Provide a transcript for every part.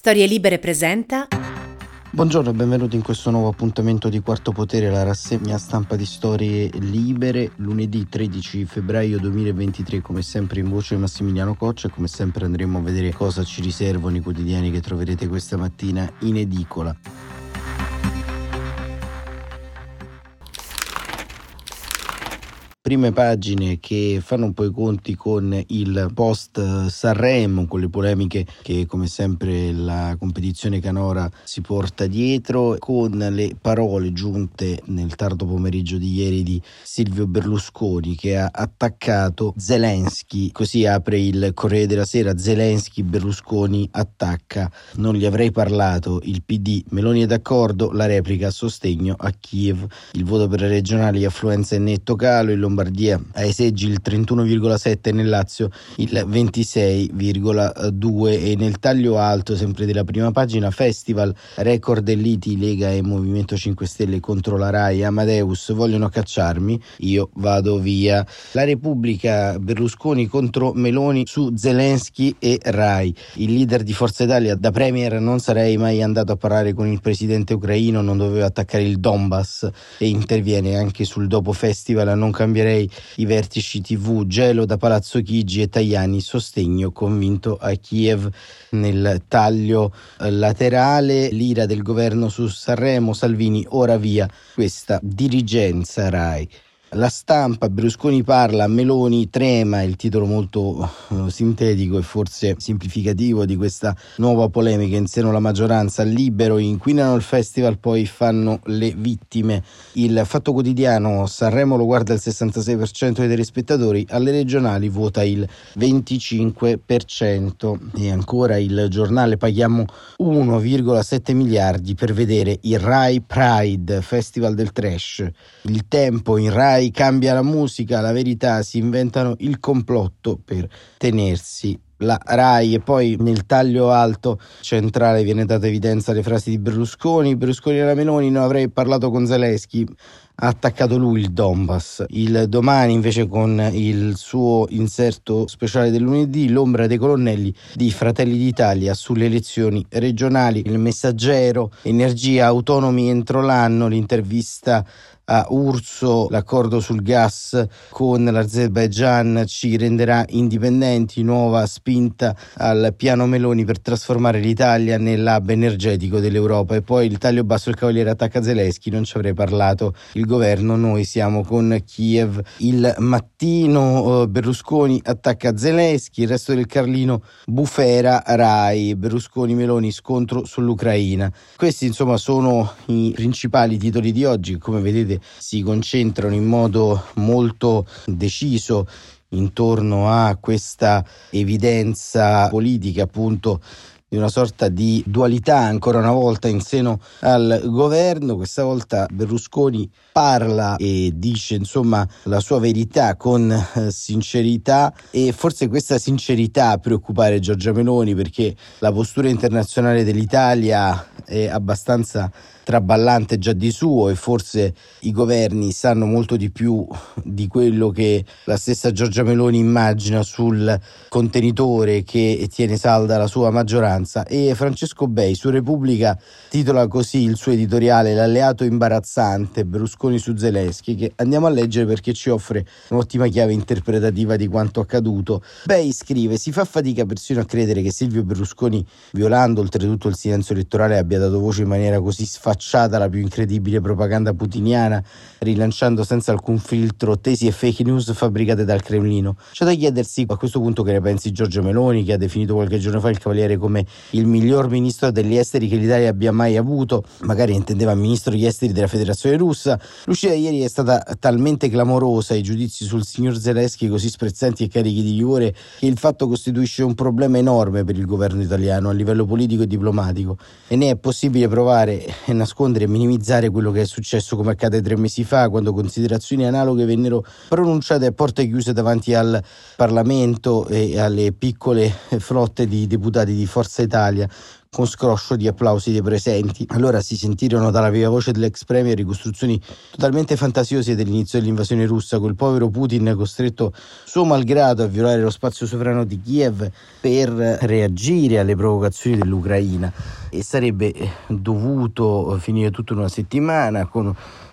Storie Libere presenta. Buongiorno e benvenuti in questo nuovo appuntamento di Quarto Potere, la rassegna stampa di Storie Libere, lunedì 13 febbraio 2023, come sempre in voce Massimiliano Coccia, e come sempre andremo a vedere cosa ci riservano i quotidiani che troverete questa mattina in edicola. Prime pagine che fanno un po' i conti con il post Sanremo, con le polemiche che come sempre la competizione canora si porta dietro, con le parole giunte nel tardo pomeriggio di ieri di Silvio Berlusconi, che ha attaccato Zelensky. Così apre il Corriere della Sera: Zelensky, Berlusconi attacca, non gli avrei parlato, il PD, Meloni è d'accordo, la replica a sostegno a Kiev. Il voto per le regionali, affluenza in netto calo, in Lombardia ai seggi il 31,7%, nel Lazio il 26,2%. E nel taglio alto, sempre della prima pagina, festival, record e liti, Lega e Movimento 5 Stelle contro la Rai, Amadeus, vogliono cacciarmi, io vado via. La Repubblica, Berlusconi contro Meloni su Zelensky e Rai. Il leader di Forza Italia: da premier non sarei mai andato a parlare con il presidente ucraino, non dovevo attaccare il Donbass. E interviene anche sul dopo festival: non cambierei i vertici TV, gelo da Palazzo Chigi e Tajani, sostegno convinto a Kiev. Nel taglio laterale, l'ira del governo su Sanremo, Salvini ora via questa dirigenza Rai. La Stampa, Berlusconi parla, Meloni trema, il titolo molto sintetico e forse semplificativo di questa nuova polemica in seno alla maggioranza. Libero, inquinano il festival, poi fanno le vittime. Il Fatto Quotidiano, Sanremo lo guarda il 66% dei telespettatori, alle regionali vota il 25%. E ancora il Giornale, paghiamo 1,7 miliardi per vedere il Rai Pride, festival del trash. Il Tempo, in Rai cambia la musica, la verità, si inventano il complotto per tenersi la Rai. E poi nel taglio alto centrale viene data evidenza alle frasi di Berlusconi alla Meloni, non avrei parlato con Zelensky, ha attaccato lui il Donbass. Il Domani invece, con il suo inserto speciale del lunedì, l'ombra dei colonnelli di Fratelli d'Italia sulle elezioni regionali. Il Messaggero, energia, autonomi entro l'anno, l'intervista a Urso, l'accordo sul gas con l'Azerbaigian ci renderà indipendenti, nuova spinta al piano Meloni per trasformare l'Italia nell'hub energetico dell'Europa. E poi il taglio basso, il Cavaliere attacca Zelensky, non ci avrei parlato, il governo, noi siamo con Kiev. Il Mattino, Berlusconi attacca Zelensky, il Resto del Carlino, bufera Rai, Berlusconi Meloni scontro sull'Ucraina. Questi insomma sono i principali titoli di oggi, che come vedete si concentrano in modo molto deciso intorno a questa evidenza politica, appunto, di una sorta di dualità ancora una volta in seno al governo. Questa volta Berlusconi parla e dice insomma la sua verità con sincerità, e forse questa sincerità a preoccupare Giorgia Meloni, perché la postura internazionale dell'Italia è abbastanza traballante già di suo, e forse i governi sanno molto di più di quello che la stessa Giorgia Meloni immagina sul contenitore che tiene salda la sua maggioranza. E Francesco Bei su Repubblica titola così il suo editoriale: l'alleato imbarazzante, Berlusconi su Zelensky, che andiamo a leggere perché ci offre un'ottima chiave interpretativa di quanto accaduto. Bei scrive: si fa fatica persino a credere che Silvio Berlusconi, violando oltretutto il silenzio elettorale, abbia dato voce in maniera così sfacciata alla più incredibile propaganda putiniana, rilanciando senza alcun filtro tesi e fake news fabbricate dal Cremlino. C'è da chiedersi a questo punto che ne pensi Giorgia Meloni, che ha definito qualche giorno fa il Cavaliere come il miglior ministro degli esteri che l'Italia abbia mai avuto, magari intendeva ministro degli esteri della Federazione Russa. L'uscita ieri è stata talmente clamorosa, i giudizi sul signor Zelensky così sprezzanti e carichi di livore, che il fatto costituisce un problema enorme per il governo italiano a livello politico e diplomatico, e ne è possibile provare e nascondere e minimizzare quello che è successo, come accade 3 mesi fa, quando considerazioni analoghe vennero pronunciate a porte chiuse davanti al Parlamento e alle piccole flotte di deputati di Forza Italia, con scroscio di applausi dei presenti. Allora si sentirono dalla viva voce dell'ex premier ricostruzioni totalmente fantasiose dell'inizio dell'invasione russa, col povero Putin costretto suo malgrado a violare lo spazio sovrano di Kiev per reagire alle provocazioni dell'Ucraina, e sarebbe dovuto finire tutto in una settimana con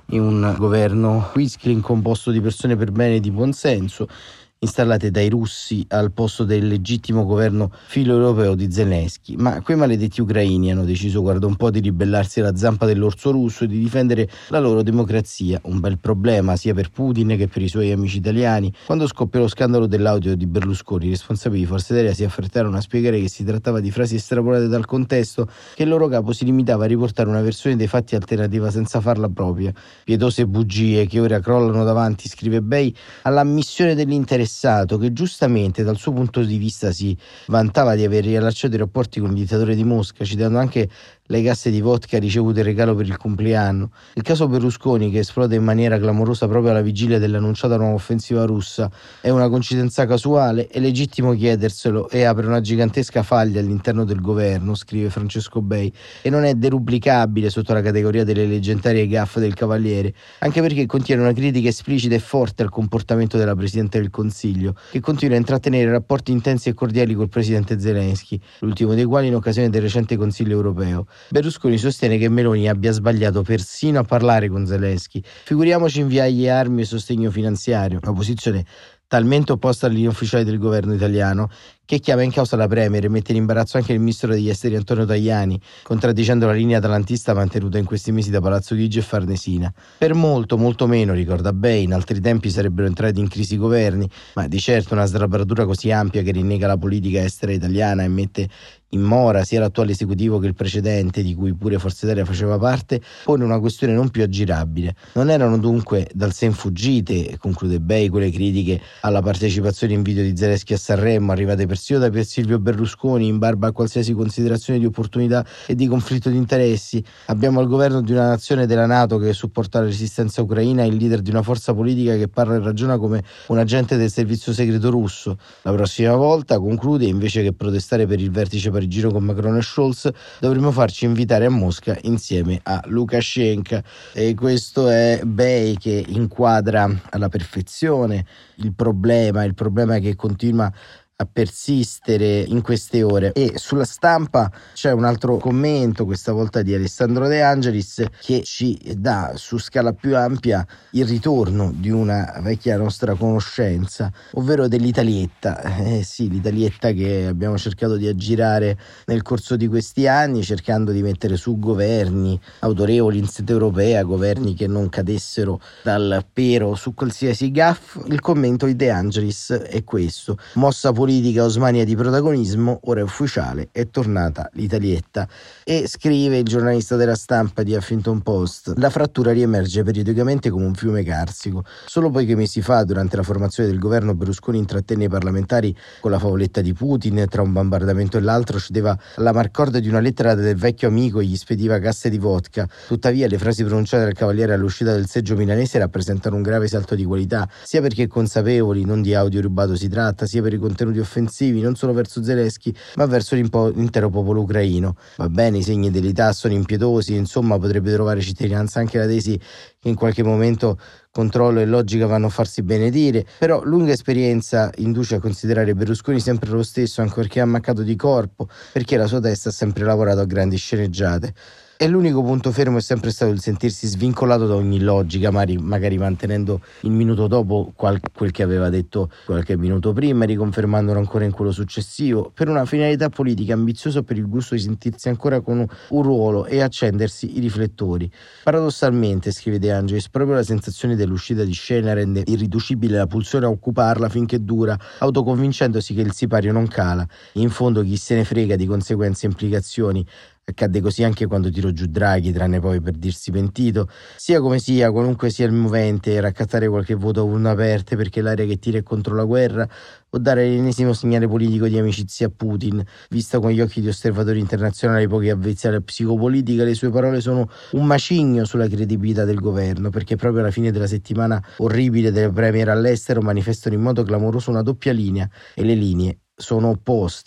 un governo Quisling composto di persone per bene e di buon senso, installate dai russi al posto del legittimo governo filo-europeo di Zelensky. Ma quei maledetti ucraini hanno deciso, guarda un po', di ribellarsi alla zampa dell'orso russo e di difendere la loro democrazia. Un bel problema sia per Putin che per i suoi amici italiani. Quando scoppiò lo scandalo dell'audio di Berlusconi, i responsabili di Forza Italia si affrettarono a spiegare che si trattava di frasi estrapolate dal contesto, che il loro capo si limitava a riportare una versione dei fatti alternativa senza farla propria. Pietose bugie che ora crollano davanti, scrive Bei, all'ammissione dell'interessato, che giustamente dal suo punto di vista si vantava di aver riallacciato i rapporti con il dittatore di Mosca, citando anche le casse di vodka ricevute in regalo per il compleanno. Il caso Berlusconi, che esplode in maniera clamorosa proprio alla vigilia dell'annunciata nuova offensiva russa, è una coincidenza casuale? È legittimo chiederselo e apre una gigantesca faglia all'interno del governo, scrive Francesco Bei, e non è derublicabile sotto la categoria delle leggendarie gaffe del Cavaliere, anche perché contiene una critica esplicita e forte al comportamento della Presidente del Consiglio, che continua a intrattenere rapporti intensi e cordiali col Presidente Zelensky, l'ultimo dei quali in occasione del recente Consiglio europeo. Berlusconi sostiene che Meloni abbia sbagliato persino a parlare con Zelensky, figuriamoci inviargli armi e sostegno finanziario. Una posizione talmente opposta alla linea ufficiale del governo italiano che chiama in causa la premier e mette in imbarazzo anche il ministro degli esteri Antonio Tajani, contraddicendo la linea atalantista mantenuta in questi mesi da Palazzo Chigi e Farnesina. Per molto meno, ricorda Bei, in altri tempi sarebbero entrati in crisi i governi, ma di certo una sdrabbratura così ampia che rinnega la politica estera italiana e mette in mora sia l'attuale esecutivo che il precedente, di cui pure Forza Italia faceva parte, pone una questione non più aggirabile. Non erano dunque dal sen fuggite, conclude Bei, quelle critiche alla partecipazione in video di Zelensky a Sanremo, arrivate persino da Silvio Berlusconi, in barba a qualsiasi considerazione di opportunità e di conflitto di interessi. Abbiamo al governo di una nazione della NATO che supporta la resistenza ucraina e il leader di una forza politica che parla e ragiona come un agente del servizio segreto russo. La prossima volta, conclude, invece che protestare per il vertice parigino con Macron e Scholz, dovremmo farci invitare a Mosca insieme a Lukashenko. E questo è Bei che inquadra alla perfezione il problema che continua a persistere in queste ore. E sulla Stampa c'è un altro commento, questa volta di Alessandro De Angelis, che ci dà su scala più ampia il ritorno di una vecchia nostra conoscenza, ovvero dell'Italietta. Sì, l'Italietta che abbiamo cercato di aggirare nel corso di questi anni, cercando di mettere su governi autorevoli in sede europea, governi che non cadessero dal pero su qualsiasi gaff. Il commento di De Angelis è questo: mossa politica osmania di protagonismo, ora è ufficiale, è tornata l'Italietta. E scrive il giornalista della Stampa di Huffington Post: la frattura riemerge periodicamente come un fiume carsico. Solo pochi mesi fa, durante la formazione del governo, Berlusconi intrattenne i parlamentari con la favoletta di Putin, tra un bombardamento e l'altro cedeva alla marcorda di una lettera del vecchio amico e gli spediva casse di vodka. Tuttavia le frasi pronunciate dal Cavaliere all'uscita del seggio milanese rappresentano un grave salto di qualità, sia perché consapevoli, non di audio rubato si tratta, sia per i contenuti offensivi non solo verso Zelensky ma verso l'intero popolo ucraino. Va bene, i segni dell'età sono impietosi, insomma potrebbe trovare cittadinanza anche la tesi che in qualche momento controllo e logica vanno a farsi benedire, però lunga esperienza induce a considerare Berlusconi sempre lo stesso, anche perché ha mancato di corpo, perché la sua testa ha sempre lavorato a grandi sceneggiate. E l'unico punto fermo è sempre stato il sentirsi svincolato da ogni logica, magari mantenendo il minuto dopo quel che aveva detto qualche minuto prima e riconfermandolo ancora in quello successivo, per una finalità politica ambiziosa, per il gusto di sentirsi ancora con un ruolo e accendersi i riflettori. Paradossalmente, scrive De Angelis, proprio la sensazione dell'uscita di scena rende irriducibile la pulsione a occuparla finché dura, autoconvincendosi che il sipario non cala. In fondo chi se ne frega di conseguenze e implicazioni. Accadde così anche quando tirò giù Draghi, tranne poi per dirsi pentito. Sia come sia, qualunque sia il movente, raccattare qualche voto a urne aperte perché l'area che tira è contro la guerra, o dare l'ennesimo segnale politico di amicizia a Putin, vista con gli occhi di osservatori internazionali pochi avvezzi alla psicopolitica, le sue parole sono un macigno sulla credibilità del governo, perché proprio alla fine della settimana orribile del premier all'estero manifestano in modo clamoroso una doppia linea, e le linee sono opposte.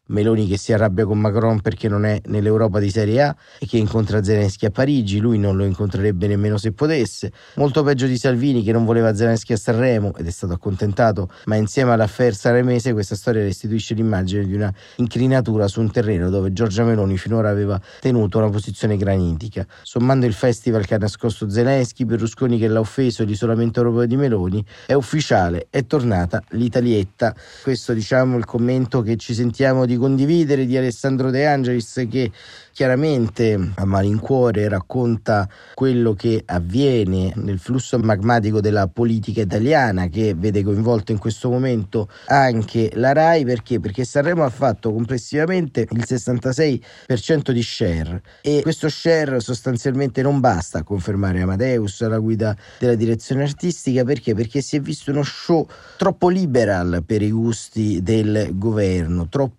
Meloni che si arrabbia con Macron perché non è nell'Europa di Serie A e che incontra Zelensky a Parigi, lui non lo incontrerebbe nemmeno se potesse. Molto peggio di Salvini che non voleva Zelensky a Sanremo ed è stato accontentato, ma insieme all'affaire sanremese questa storia restituisce l'immagine di una incrinatura su un terreno dove Giorgia Meloni finora aveva tenuto una posizione granitica. Sommando il festival che ha nascosto Zelensky, Berlusconi che l'ha offeso e l'isolamento europeo di Meloni, è ufficiale, è tornata l'Italietta. Questo il commento che ci sentiamo di condividere di Alessandro De Angelis, che chiaramente a malincuore racconta quello che avviene nel flusso magmatico della politica italiana, che vede coinvolto in questo momento anche la RAI. Perché Sanremo ha fatto complessivamente il 66% di share e questo share sostanzialmente non basta a confermare Amadeus alla guida della direzione artistica. Perché si è visto uno show troppo liberal per i gusti del governo, troppi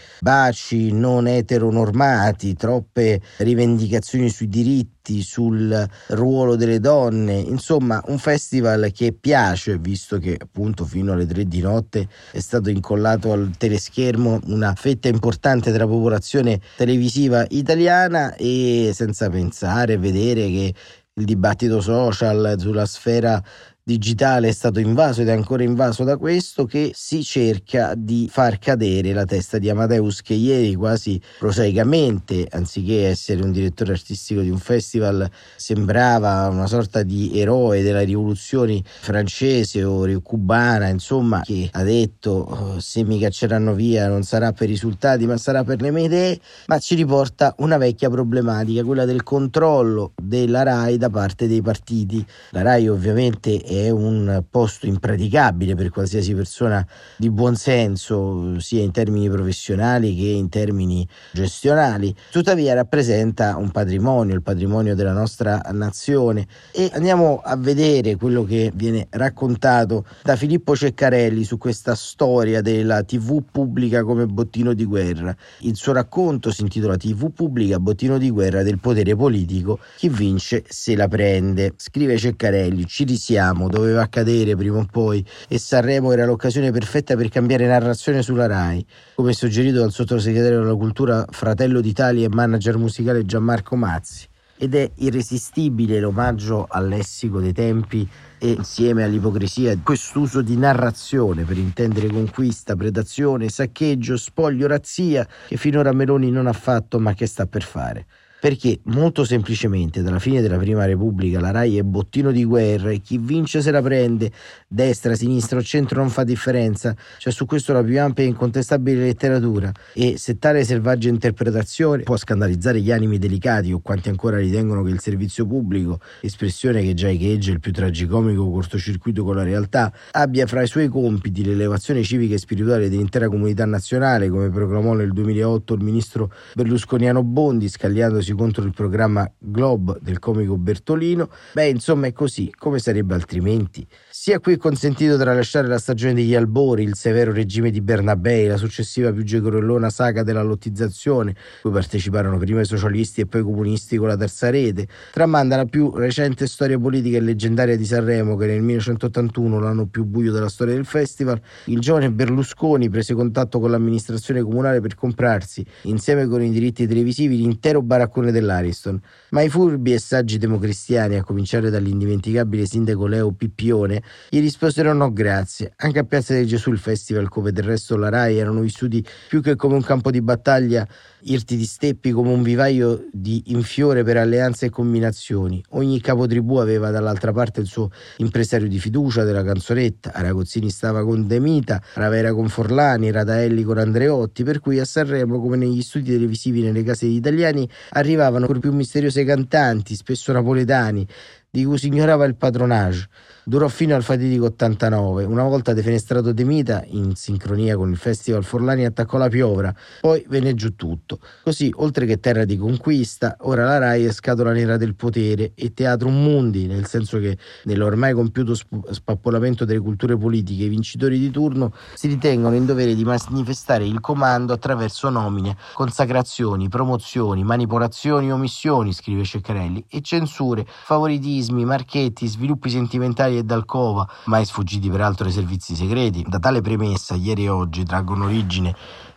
baci non eteronormati, troppe rivendicazioni sui diritti, sul ruolo delle donne, insomma un festival che piace, visto che appunto fino alle 3 di notte è stato incollato al teleschermo una fetta importante della popolazione televisiva italiana, e senza pensare, vedere che il dibattito social sulla sfera digitale è stato invaso ed è ancora invaso da questo, che si cerca di far cadere la testa di Amadeus, che ieri quasi prosaicamente, anziché essere un direttore artistico di un festival, sembrava una sorta di eroe della rivoluzione francese o cubana, insomma, che ha detto se mi cacceranno via non sarà per i risultati ma sarà per le mie idee, ma ci riporta una vecchia problematica, quella del controllo della RAI da parte dei partiti. La RAI ovviamente è un posto impraticabile per qualsiasi persona di buon senso, sia in termini professionali che in termini gestionali, tuttavia rappresenta un patrimonio, il patrimonio della nostra nazione. E andiamo a vedere quello che viene raccontato da Filippo Ceccarelli su questa storia della TV pubblica come bottino di guerra. Il suo racconto si intitola TV pubblica, bottino di guerra del potere politico, chi vince se la prende. Scrive Ceccarelli: ci risiamo, doveva accadere prima o poi, e Sanremo era l'occasione perfetta per cambiare narrazione sulla RAI, come suggerito dal sottosegretario della cultura, fratello d'Italia e manager musicale Gianmarco Mazzi. Ed è irresistibile l'omaggio al lessico dei tempi e insieme all'ipocrisia quest'uso di narrazione per intendere conquista, predazione, saccheggio, spoglio, razzia, che finora Meloni non ha fatto ma che sta per fare. Perché molto semplicemente dalla fine della Prima Repubblica la RAI è bottino di guerra e chi vince se la prende, destra, sinistra o centro non fa differenza. C'è su questo la più ampia e incontestabile letteratura, e se tale selvaggia interpretazione può scandalizzare gli animi delicati o quanti ancora ritengono che il servizio pubblico, espressione che già echeggia il più tragicomico cortocircuito con la realtà, abbia fra i suoi compiti l'elevazione civica e spirituale dell'intera comunità nazionale, come proclamò nel 2008 il ministro berlusconiano Bondi, scagliandosi contro il programma Globe del comico Bertolino, insomma è così, come sarebbe altrimenti? Sia qui è consentito tralasciare la stagione degli albori, il severo regime di Bernabei, la successiva più giocherellona saga della lottizzazione, cui parteciparono prima i socialisti e poi i comunisti con la terza rete, tramanda la più recente storia politica e leggendaria di Sanremo, che nel 1981, l'anno più buio della storia del festival, il giovane Berlusconi prese contatto con l'amministrazione comunale per comprarsi, insieme con i diritti televisivi, l'intero baraccone dell'Ariston. Ma i furbi e saggi democristiani, a cominciare dall'indimenticabile sindaco Leo Pippione, gli risposero no grazie. Anche a Piazza del Gesù il festival, come del resto la RAI, erano vissuti più che come un campo di battaglia irti di steppi, come un vivaio di infiore per alleanze e combinazioni. Ogni capotribù aveva dall'altra parte il suo impresario di fiducia della canzonetta. Aragozzini stava con De Mita, Ravera con Forlani, Radaelli con Andreotti, per cui a Sanremo, come negli studi televisivi nelle case degli italiani, arrivavano per più misteriose cantanti, spesso napoletani, di cui si ignorava il patronage. Durò fino al fatidico 89. Una volta defenestrato De Mita, in sincronia con il festival, Forlani attaccò la piovra, poi venne giù tutto. Così, oltre che terra di conquista, ora la RAI è scatola nera del potere e teatro mundi, nel senso che nell'ormai compiuto spappolamento delle culture politiche i vincitori di turno si ritengono in dovere di manifestare il comando attraverso nomine, consacrazioni, promozioni, manipolazioni, omissioni, scrive Ceccarelli, e censure, favoritismi, marchetti, sviluppi sentimentali e d'alcova, mai sfuggiti peraltro ai servizi segreti. Da tale premessa, ieri e oggi traggono origine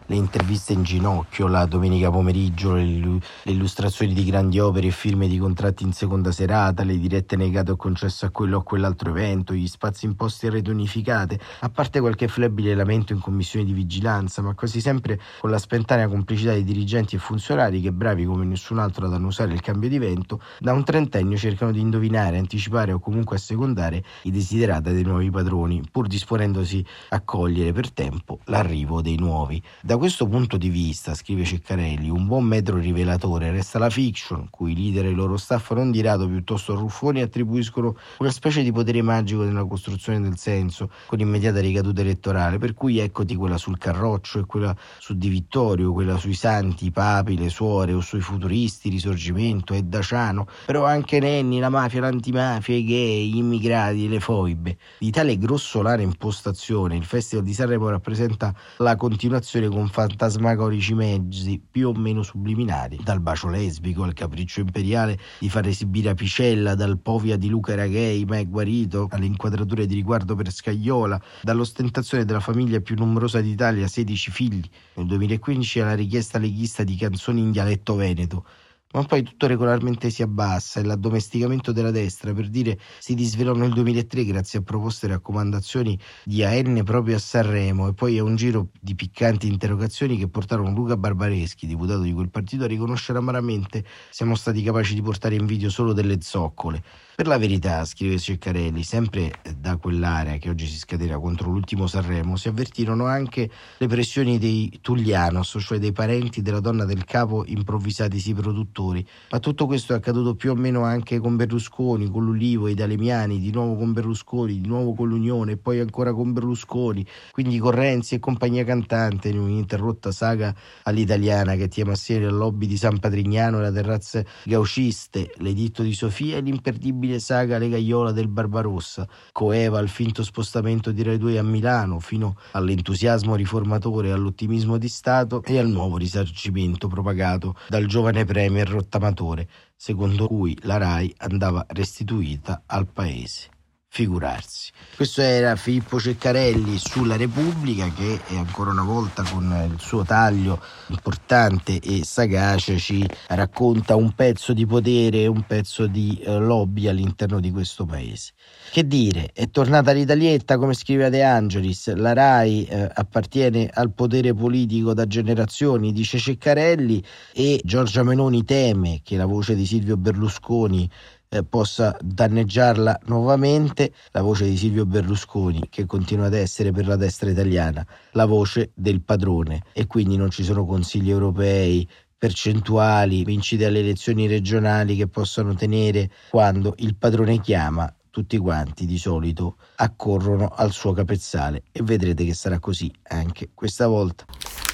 le interviste in ginocchio, la domenica pomeriggio, le illustrazioni di grandi opere e firme di contratti in seconda serata, le dirette negate o concesse a quello o a quell'altro evento, gli spazi imposti a rete unificate, a parte qualche flebile lamento in commissione di vigilanza, ma quasi sempre con la spontanea complicità di dirigenti e funzionari che, bravi come nessun altro ad annusare il cambio di vento, da un trentennio cercano di indovinare, anticipare o comunque assecondare i desiderata dei nuovi padroni, pur disponendosi a cogliere per tempo l'arrivo dei nuovi. Da questo punto di vista, scrive Ceccarelli, un buon metro rivelatore resta la fiction, cui i leader e i loro staff non di rado piuttosto ruffoni attribuiscono una specie di potere magico nella costruzione del senso, con immediata ricaduta elettorale, per cui eccoti quella sul Carroccio e quella su Di Vittorio, quella sui santi, i papi, le suore o sui futuristi, Risorgimento e Daciano, però anche Nenni, la mafia, l'antimafia, i gay, gli immigrati, le foibe. Di tale grossolana impostazione il Festival di Sanremo rappresenta la continuazione con fantasmagorici mezzi più o meno subliminari, dal bacio lesbico al capriccio imperiale di far esibire Apicella, dal povia di Luca era gay ma è guarito, alle inquadrature di riguardo per Scagliola, dall'ostentazione della famiglia più numerosa d'Italia, 16 figli, nel 2015 alla richiesta leghista di canzoni in dialetto veneto. Ma poi tutto regolarmente si abbassa e l'addomesticamento della destra, per dire, si disvelò nel 2003 grazie a proposte e raccomandazioni di AN proprio a Sanremo e poi a un giro di piccanti interrogazioni che portarono Luca Barbareschi, deputato di quel partito, a riconoscere amaramente siamo stati capaci di portare in video solo delle zoccole. Per la verità, scrive Ceccarelli, sempre da quell'area che oggi si scatena contro l'ultimo Sanremo, si avvertirono anche le pressioni dei Tullianos, cioè dei parenti della donna del capo improvvisatisi produttori. Ma tutto questo è accaduto più o meno anche con Berlusconi, con l'Ulivo, i Dalemiani, di nuovo con Berlusconi, di nuovo con l'Unione e poi ancora con Berlusconi, quindi con Renzi e compagnia cantante in un'interrotta saga all'italiana che tiene assieme al lobby di San Patrignano e la terrazze gauchiste, l'editto di Sofia e l'imperdibile saga Le Gaiola del Barbarossa, coeva al finto spostamento di Rai 2 a Milano, fino all'entusiasmo riformatore, all'ottimismo di Stato e al nuovo risarcimento propagato dal giovane premier rottamatore, secondo cui la Rai andava restituita al paese. Figurarsi. Questo era Filippo Ceccarelli sulla Repubblica, che è ancora una volta con il suo taglio importante e sagace ci racconta un pezzo di potere, un pezzo di lobby all'interno di questo paese. Che dire, è tornata l'Italietta, come scrive De Angelis, la Rai appartiene al potere politico da generazioni, dice Ceccarelli, e Giorgia Meloni teme che la voce di Silvio Berlusconi possa danneggiarla nuovamente, la voce di Silvio Berlusconi, che continua ad essere per la destra italiana la voce del padrone, e quindi non ci sono consigli europei, percentuali, vincite alle elezioni regionali che possano tenere quando il padrone chiama. Tutti quanti di solito accorrono al suo capezzale e vedrete che sarà così anche questa volta.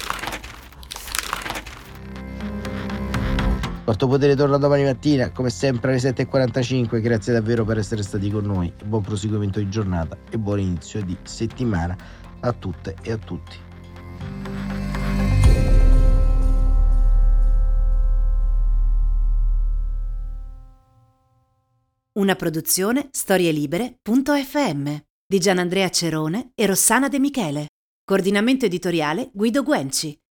Quarto Potere torna domani mattina, come sempre alle 7:45. Grazie davvero per essere stati con noi. Buon proseguimento di giornata e buon inizio di settimana a tutte e a tutti. Una produzione storielibere.fm di Gianandrea Cerone e Rossana De Michele. Coordinamento editoriale Guido Guenci.